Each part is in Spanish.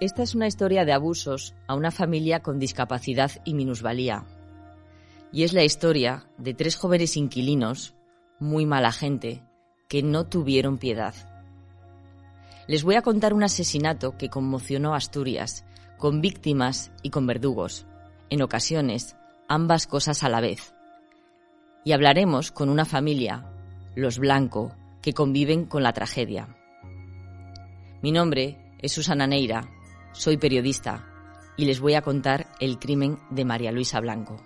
Esta es una historia de abusos a una familia con discapacidad y minusvalía. Y es la historia de 3 jóvenes inquilinos, muy mala gente, que no tuvieron piedad. Les voy a contar un asesinato que conmocionó a Asturias, con víctimas y con verdugos. En ocasiones, ambas cosas a la vez. Y hablaremos con una familia, los Blanco, que conviven con la tragedia. Mi nombre es Susana Neira, soy periodista y les voy a contar el crimen de María Luisa Blanco.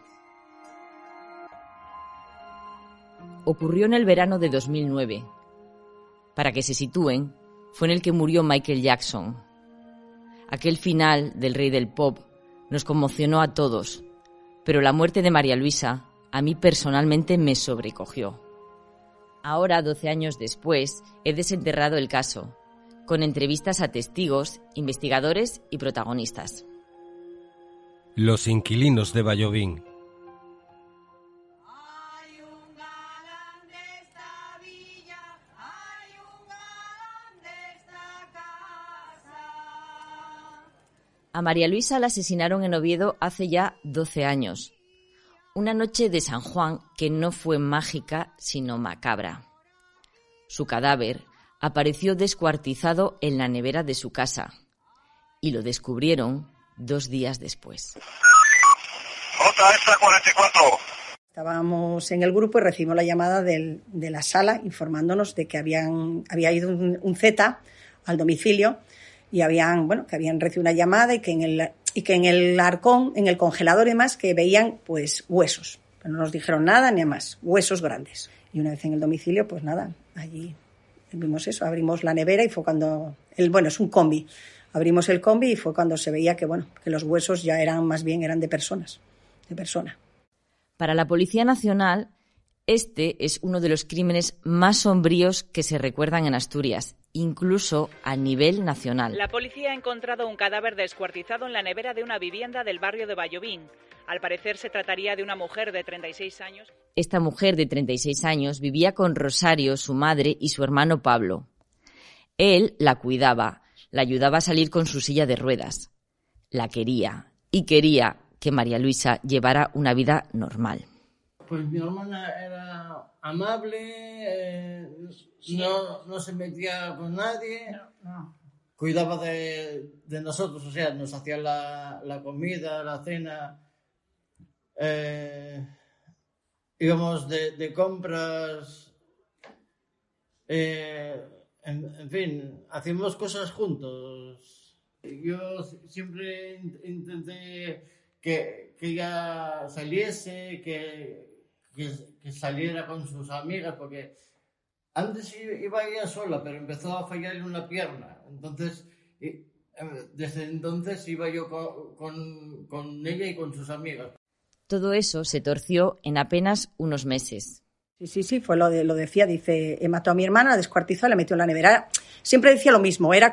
Ocurrió en el verano de 2009. Para que se sitúen, fue en el que murió Michael Jackson. Aquel final del rey del pop nos conmocionó a todos, pero la muerte de María Luisa a mí personalmente me sobrecogió. Ahora, 12 años después, he desenterrado el caso, con entrevistas a testigos, investigadores y protagonistas. Los inquilinos de Vallovín. A María Luisa la asesinaron en Oviedo hace ya 12 años. Una noche de San Juan que no fue mágica, sino macabra. Su cadáver apareció descuartizado en la nevera de su casa y lo descubrieron 2 días después. JS44. Estábamos en el grupo y recibimos la llamada de la sala informándonos de que había ido un Z al domicilio y que habían recibido una llamada y que en el arcón, en el congelador y demás, que veían pues huesos. Pero no nos dijeron nada ni más, huesos grandes. Y una vez en el domicilio, pues nada, allí vimos eso, abrimos la nevera y fue cuando, es un combi, abrimos el combi y fue cuando se veía que los huesos ya eran de persona. Para la Policía Nacional, este es uno de los crímenes más sombríos que se recuerdan en Asturias, incluso a nivel nacional. La policía ha encontrado un cadáver descuartizado en la nevera de una vivienda del barrio de Vallovín. Al parecer se trataría de una mujer de 36 años. Esta mujer de 36 años vivía con Rosario, su madre, y su hermano Pablo. Él la cuidaba, la ayudaba a salir con su silla de ruedas. La quería y quería que María Luisa llevara una vida normal. Pues mi hermana era amable, no se metía con nadie, cuidaba de nosotros, o sea, nos hacía la comida, la cena, íbamos de compras, en fin, hacíamos cosas juntos. Yo siempre intenté que ella saliese, que saliera con sus amigas, porque antes iba ella sola, pero empezó a fallarle una pierna. Entonces, desde entonces iba yo con ella y con sus amigas. Todo eso se torció en apenas unos meses. Sí, fue lo decía, dice, mató a mi hermana, la descuartizó y la metió en la nevera. Siempre decía lo mismo, era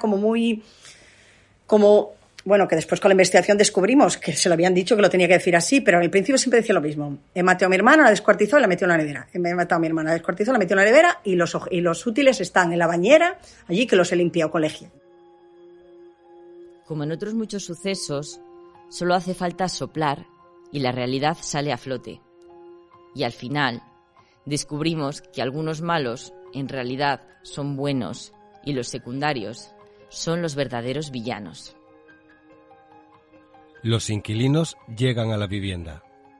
que después con la investigación descubrimos que se lo habían dicho que lo tenía que decir así, pero al principio siempre decía lo mismo. Mató a mi hermana, la descuartizó y la metió en la nevera. Mató a mi hermana, la descuartizó, la metió en la nevera y los útiles están en la bañera, allí que los he limpiado con lejía. Como en otros muchos sucesos, solo hace falta soplar y la realidad sale a flote. Y al final, descubrimos que algunos malos en realidad son buenos y los secundarios son los verdaderos villanos. Los inquilinos llegan a la vivienda.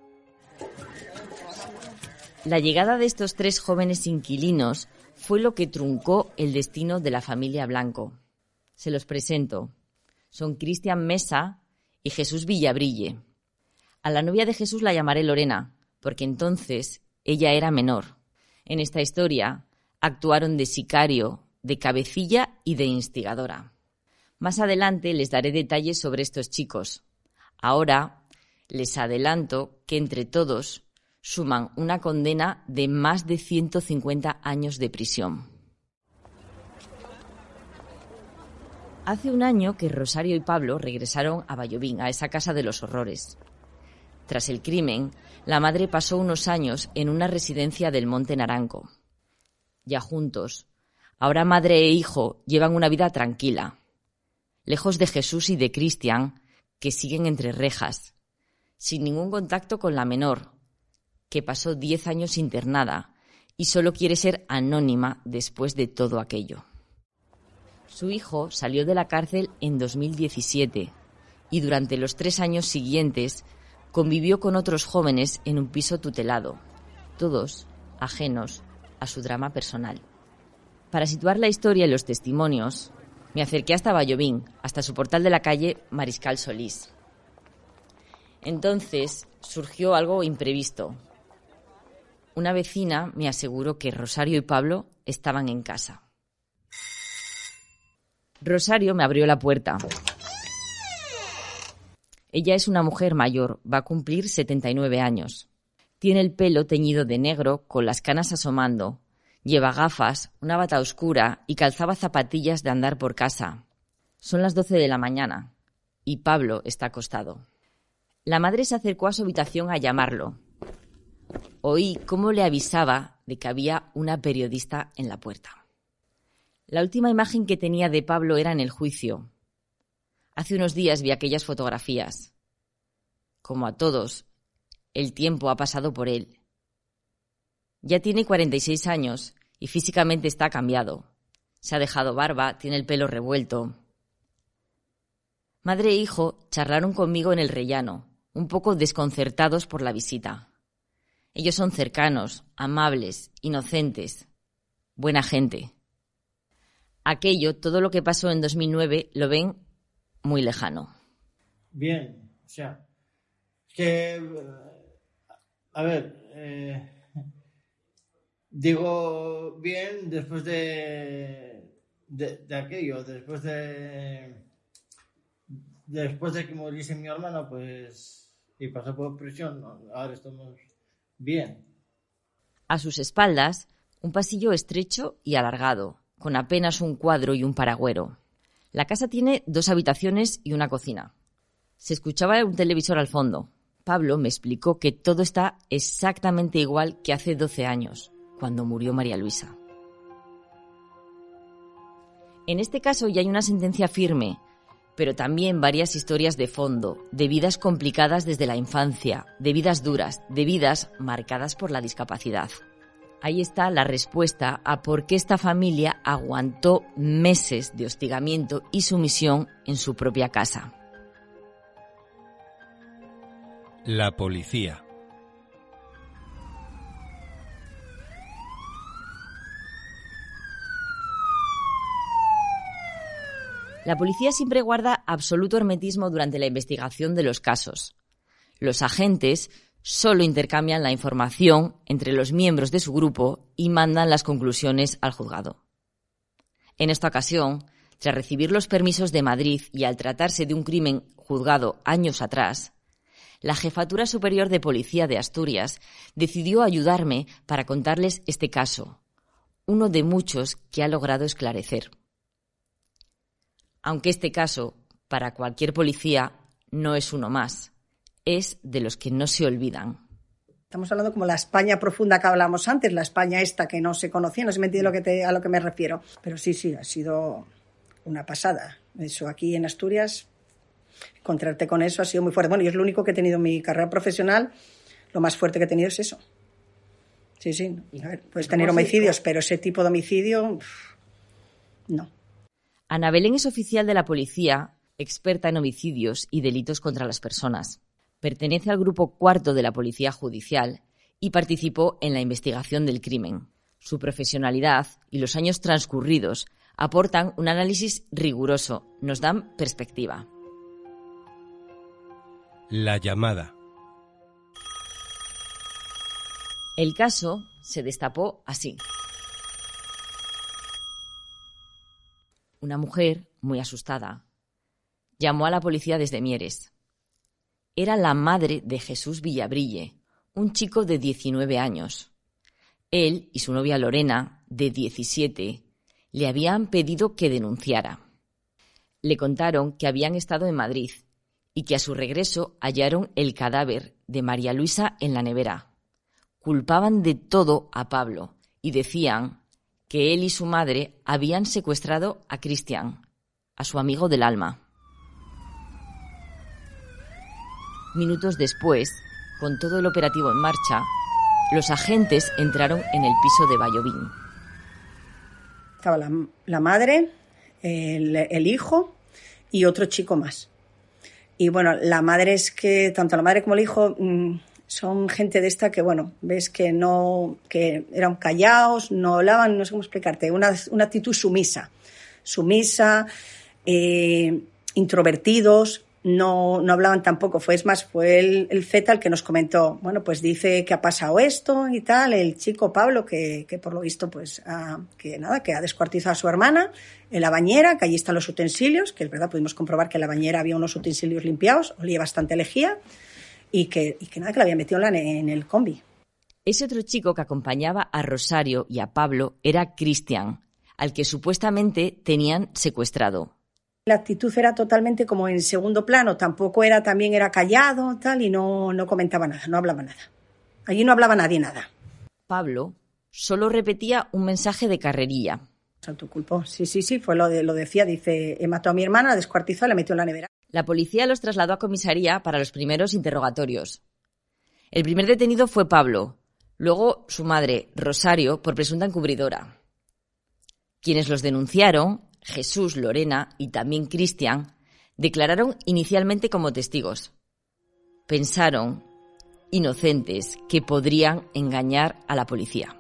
La llegada de estos 3 jóvenes inquilinos fue lo que truncó el destino de la familia Blanco. Se los presento. Son Cristian Mesa y Jesús Villabrille. A la novia de Jesús la llamaré Lorena, porque entonces ella era menor. En esta historia actuaron de sicario, de cabecilla y de instigadora. Más adelante les daré detalles sobre estos chicos. Ahora les adelanto que entre todos suman una condena de más de 150 años de prisión. Hace un año que Rosario y Pablo regresaron a Vallovín, a esa casa de los horrores. Tras el crimen, la madre pasó unos años en una residencia del Monte Naranco. Ya juntos, ahora madre e hijo llevan una vida tranquila. lejos de Jesús y de Cristian, que siguen entre rejas, sin ningún contacto con la menor, que pasó 10 años internada y solo quiere ser anónima después de todo aquello. Su hijo salió de la cárcel en 2017 y durante los 3 años siguientes convivió con otros jóvenes en un piso tutelado, todos ajenos a su drama personal. Para situar la historia y los testimonios, me acerqué hasta Vallovín, hasta su portal de la calle Mariscal Solís. Entonces surgió algo imprevisto. Una vecina me aseguró que Rosario y Pablo estaban en casa. Rosario me abrió la puerta. Ella es una mujer mayor, va a cumplir 79 años. Tiene el pelo teñido de negro, con las canas asomando. Lleva gafas, una bata oscura y calzaba zapatillas de andar por casa. Son las 12 de la mañana y Pablo está acostado. La madre se acercó a su habitación a llamarlo. Oí cómo le avisaba de que había una periodista en la puerta. La última imagen que tenía de Pablo era en el juicio. Hace unos días vi aquellas fotografías. Como a todos, el tiempo ha pasado por él. Ya tiene 46 años y físicamente está cambiado. Se ha dejado barba, tiene el pelo revuelto. Madre e hijo charlaron conmigo en el rellano, un poco desconcertados por la visita. Ellos son cercanos, amables, inocentes, buena gente. Aquello, todo lo que pasó en 2009, lo ven muy lejano. Bien, o sea, que, a ver, digo bien después de aquello, después de que muriese mi hermano, pues, y pasó por prisión, ahora estamos bien. A sus espaldas, un pasillo estrecho y alargado, con apenas un cuadro y un paragüero. La casa tiene 2 habitaciones y una cocina. Se escuchaba un televisor al fondo. Pablo me explicó que todo está exactamente igual que hace 12 años, cuando murió María Luisa. En este caso ya hay una sentencia firme, pero también varias historias de fondo, de vidas complicadas desde la infancia, de vidas duras, de vidas marcadas por la discapacidad. Ahí está la respuesta a por qué esta familia aguantó meses de hostigamiento y sumisión en su propia casa. La policía. La policía siempre guarda absoluto hermetismo durante la investigación de los casos. Los agentes solo intercambian la información entre los miembros de su grupo y mandan las conclusiones al juzgado. En esta ocasión, tras recibir los permisos de Madrid y al tratarse de un crimen juzgado años atrás, la Jefatura Superior de Policía de Asturias decidió ayudarme para contarles este caso, uno de muchos que ha logrado esclarecer. Aunque este caso, para cualquier policía, no es uno más, es de los que no se olvidan. Estamos hablando como la España profunda que hablamos antes, la España esta que no se conocía, no sé si me entiende a lo que me refiero. Pero sí, ha sido una pasada. Eso aquí en Asturias, encontrarte con eso ha sido muy fuerte. Bueno, yo es lo único que he tenido en mi carrera profesional, lo más fuerte que he tenido es eso. Sí. A ver, puedes tener homicidios, pero ese tipo de homicidio, no. Ana Belén es oficial de la policía, experta en homicidios y delitos contra las personas. Pertenece al grupo 4 de la Policía Judicial y participó en la investigación del crimen. Su profesionalidad y los años transcurridos aportan un análisis riguroso, nos dan perspectiva. La llamada. El caso se destapó así. Una mujer, muy asustada, llamó a la policía desde Mieres. Era la madre de Jesús Villabrille, un chico de 19 años. Él y su novia Lorena, de 17, le habían pedido que denunciara. Le contaron que habían estado en Madrid y que a su regreso hallaron el cadáver de María Luisa en la nevera. Culpaban de todo a Pablo y decían que él y su madre habían secuestrado a Cristian, a su amigo del alma. Minutos después, con todo el operativo en marcha, los agentes entraron en el piso de Ballovín. Estaba la madre, el hijo y otro chico más. Y bueno, la madre es que, tanto la madre como el hijo, son gente de esta que, bueno, ves que no, que eran callados, no hablaban, no sé cómo explicarte, una actitud sumisa, introvertidos, no hablaban tampoco. Fue el Zeta el que nos comentó, bueno, pues dice que ha pasado esto y tal, el chico Pablo, que por lo visto, pues, que ha descuartizado a su hermana en la bañera, que allí están los utensilios, que es verdad, pudimos comprobar que en la bañera había unos utensilios limpiados, olía bastante lejía, y que la había metido en el combi. Ese otro chico que acompañaba a Rosario y a Pablo era Cristian, al que supuestamente tenían secuestrado. La actitud era totalmente como en segundo plano, también era callado, tal, y no comentaba nada, no hablaba nada. Allí no hablaba nadie nada. Pablo solo repetía un mensaje de carrerilla. Se autoculpó, sí, lo decía, dice, he matado a mi hermana, la descuartizó y la metió en la nevera. La policía los trasladó a comisaría para los primeros interrogatorios. El primer detenido fue Pablo, luego su madre, Rosario, por presunta encubridora. Quienes los denunciaron, Jesús, Lorena y también Cristian, declararon inicialmente como testigos. Pensaron, inocentes, que podrían engañar a la policía.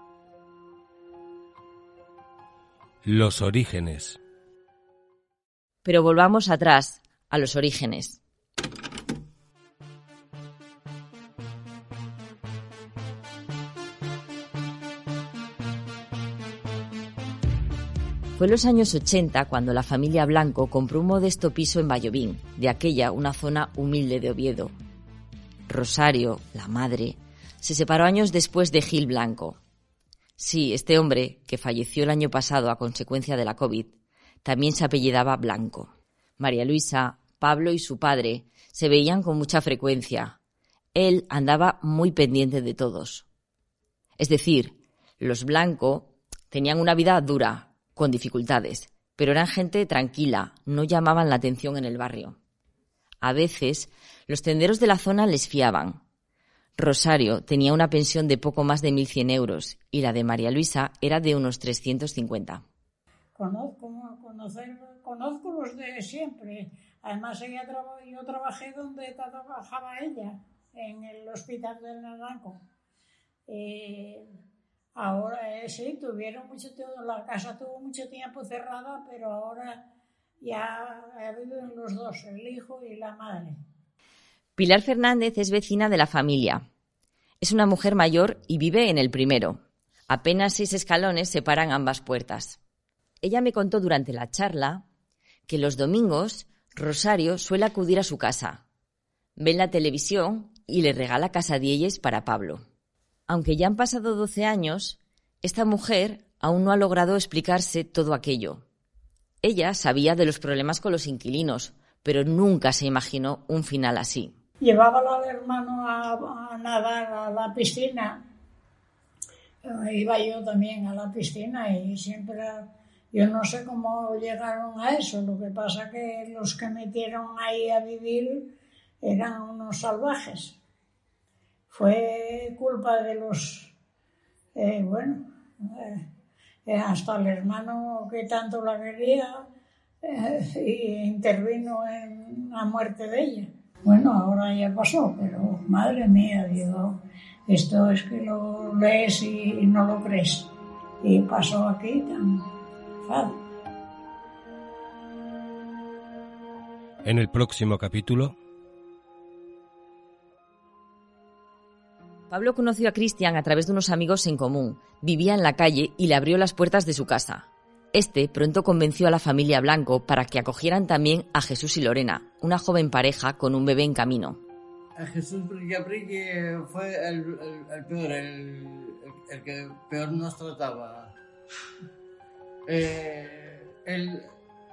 Los orígenes. Pero volvamos atrás, a los orígenes. Fue en los años 80 cuando la familia Blanco compró un modesto piso en Ballovín, de aquella una zona humilde de Oviedo. Rosario, la madre, se separó años después de Gil Blanco. Sí, este hombre, que falleció el año pasado a consecuencia de la COVID, también se apellidaba Blanco. María Luisa, Pablo y su padre se veían con mucha frecuencia. Él andaba muy pendiente de todos. Es decir, los Blanco tenían una vida dura, con dificultades, pero eran gente tranquila, no llamaban la atención en el barrio. A veces, los tenderos de la zona les fiaban. Rosario tenía una pensión de poco más de 1.100 euros y la de María Luisa era de unos 350. Conozco los de siempre. Además, yo trabajé donde trabajaba ella, en el hospital del Naranco. Ahora sí, tuvieron mucho tiempo, la casa tuvo mucho tiempo cerrada, pero ahora ya viven los dos, el hijo y la madre. Pilar Fernández es vecina de la familia. Es una mujer mayor y vive en el primero. Apenas 6 escalones separan ambas puertas. Ella me contó durante la charla que los domingos Rosario suele acudir a su casa. Ve la televisión y le regala quesadillas para Pablo. Aunque ya han pasado 12 años, esta mujer aún no ha logrado explicarse todo aquello. Ella sabía de los problemas con los inquilinos, pero nunca se imaginó un final así. Llevaba al hermano a nadar a la piscina. Iba yo también a la piscina y siempre... Yo no sé cómo llegaron a eso. Lo que pasa que los que metieron ahí a vivir eran unos salvajes. Fue culpa de los... hasta el hermano que tanto la quería y intervino en la muerte de ella. Bueno, ahora ya pasó, pero madre mía, digo, esto es que lo lees y no lo crees. Y pasó aquí tan fácil. En el próximo capítulo... Pablo conoció a Cristian a través de unos amigos en común. Vivía en la calle y le abrió las puertas de su casa. Este pronto convenció a la familia Blanco para que acogieran también a Jesús y Lorena, una joven pareja con un bebé en camino. A Jesús Brilla fue el peor, el que peor nos trataba. Él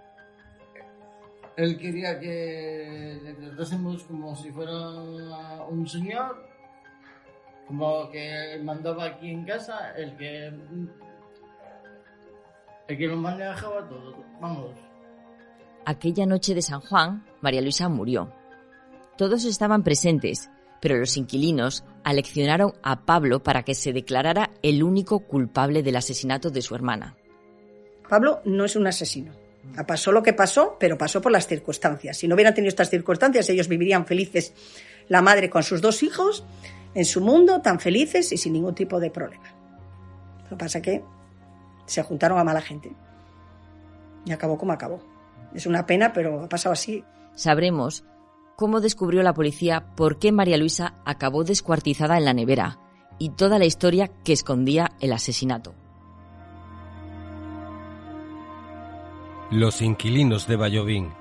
quería que le tratásemos como si fuera un señor, como que mandaba aquí en casa, el que lo manejaba todo, vamos. aquella noche de San Juan, María Luisa murió. Todos estaban presentes, pero los inquilinos aleccionaron a Pablo para que se declarara el único culpable del asesinato de su hermana. Pablo no es un asesino. Pasó lo que pasó, pero pasó por las circunstancias. Si no hubieran tenido estas circunstancias, ellos vivirían felices, la madre con sus 2 hijos, en su mundo, tan felices y sin ningún tipo de problema. Lo que pasa es que se juntaron a mala gente. Y acabó como acabó. Es una pena, pero ha pasado así. Sabremos cómo descubrió la policía por qué María Luisa acabó descuartizada en la nevera y toda la historia que escondía el asesinato. Los inquilinos de Vallovín.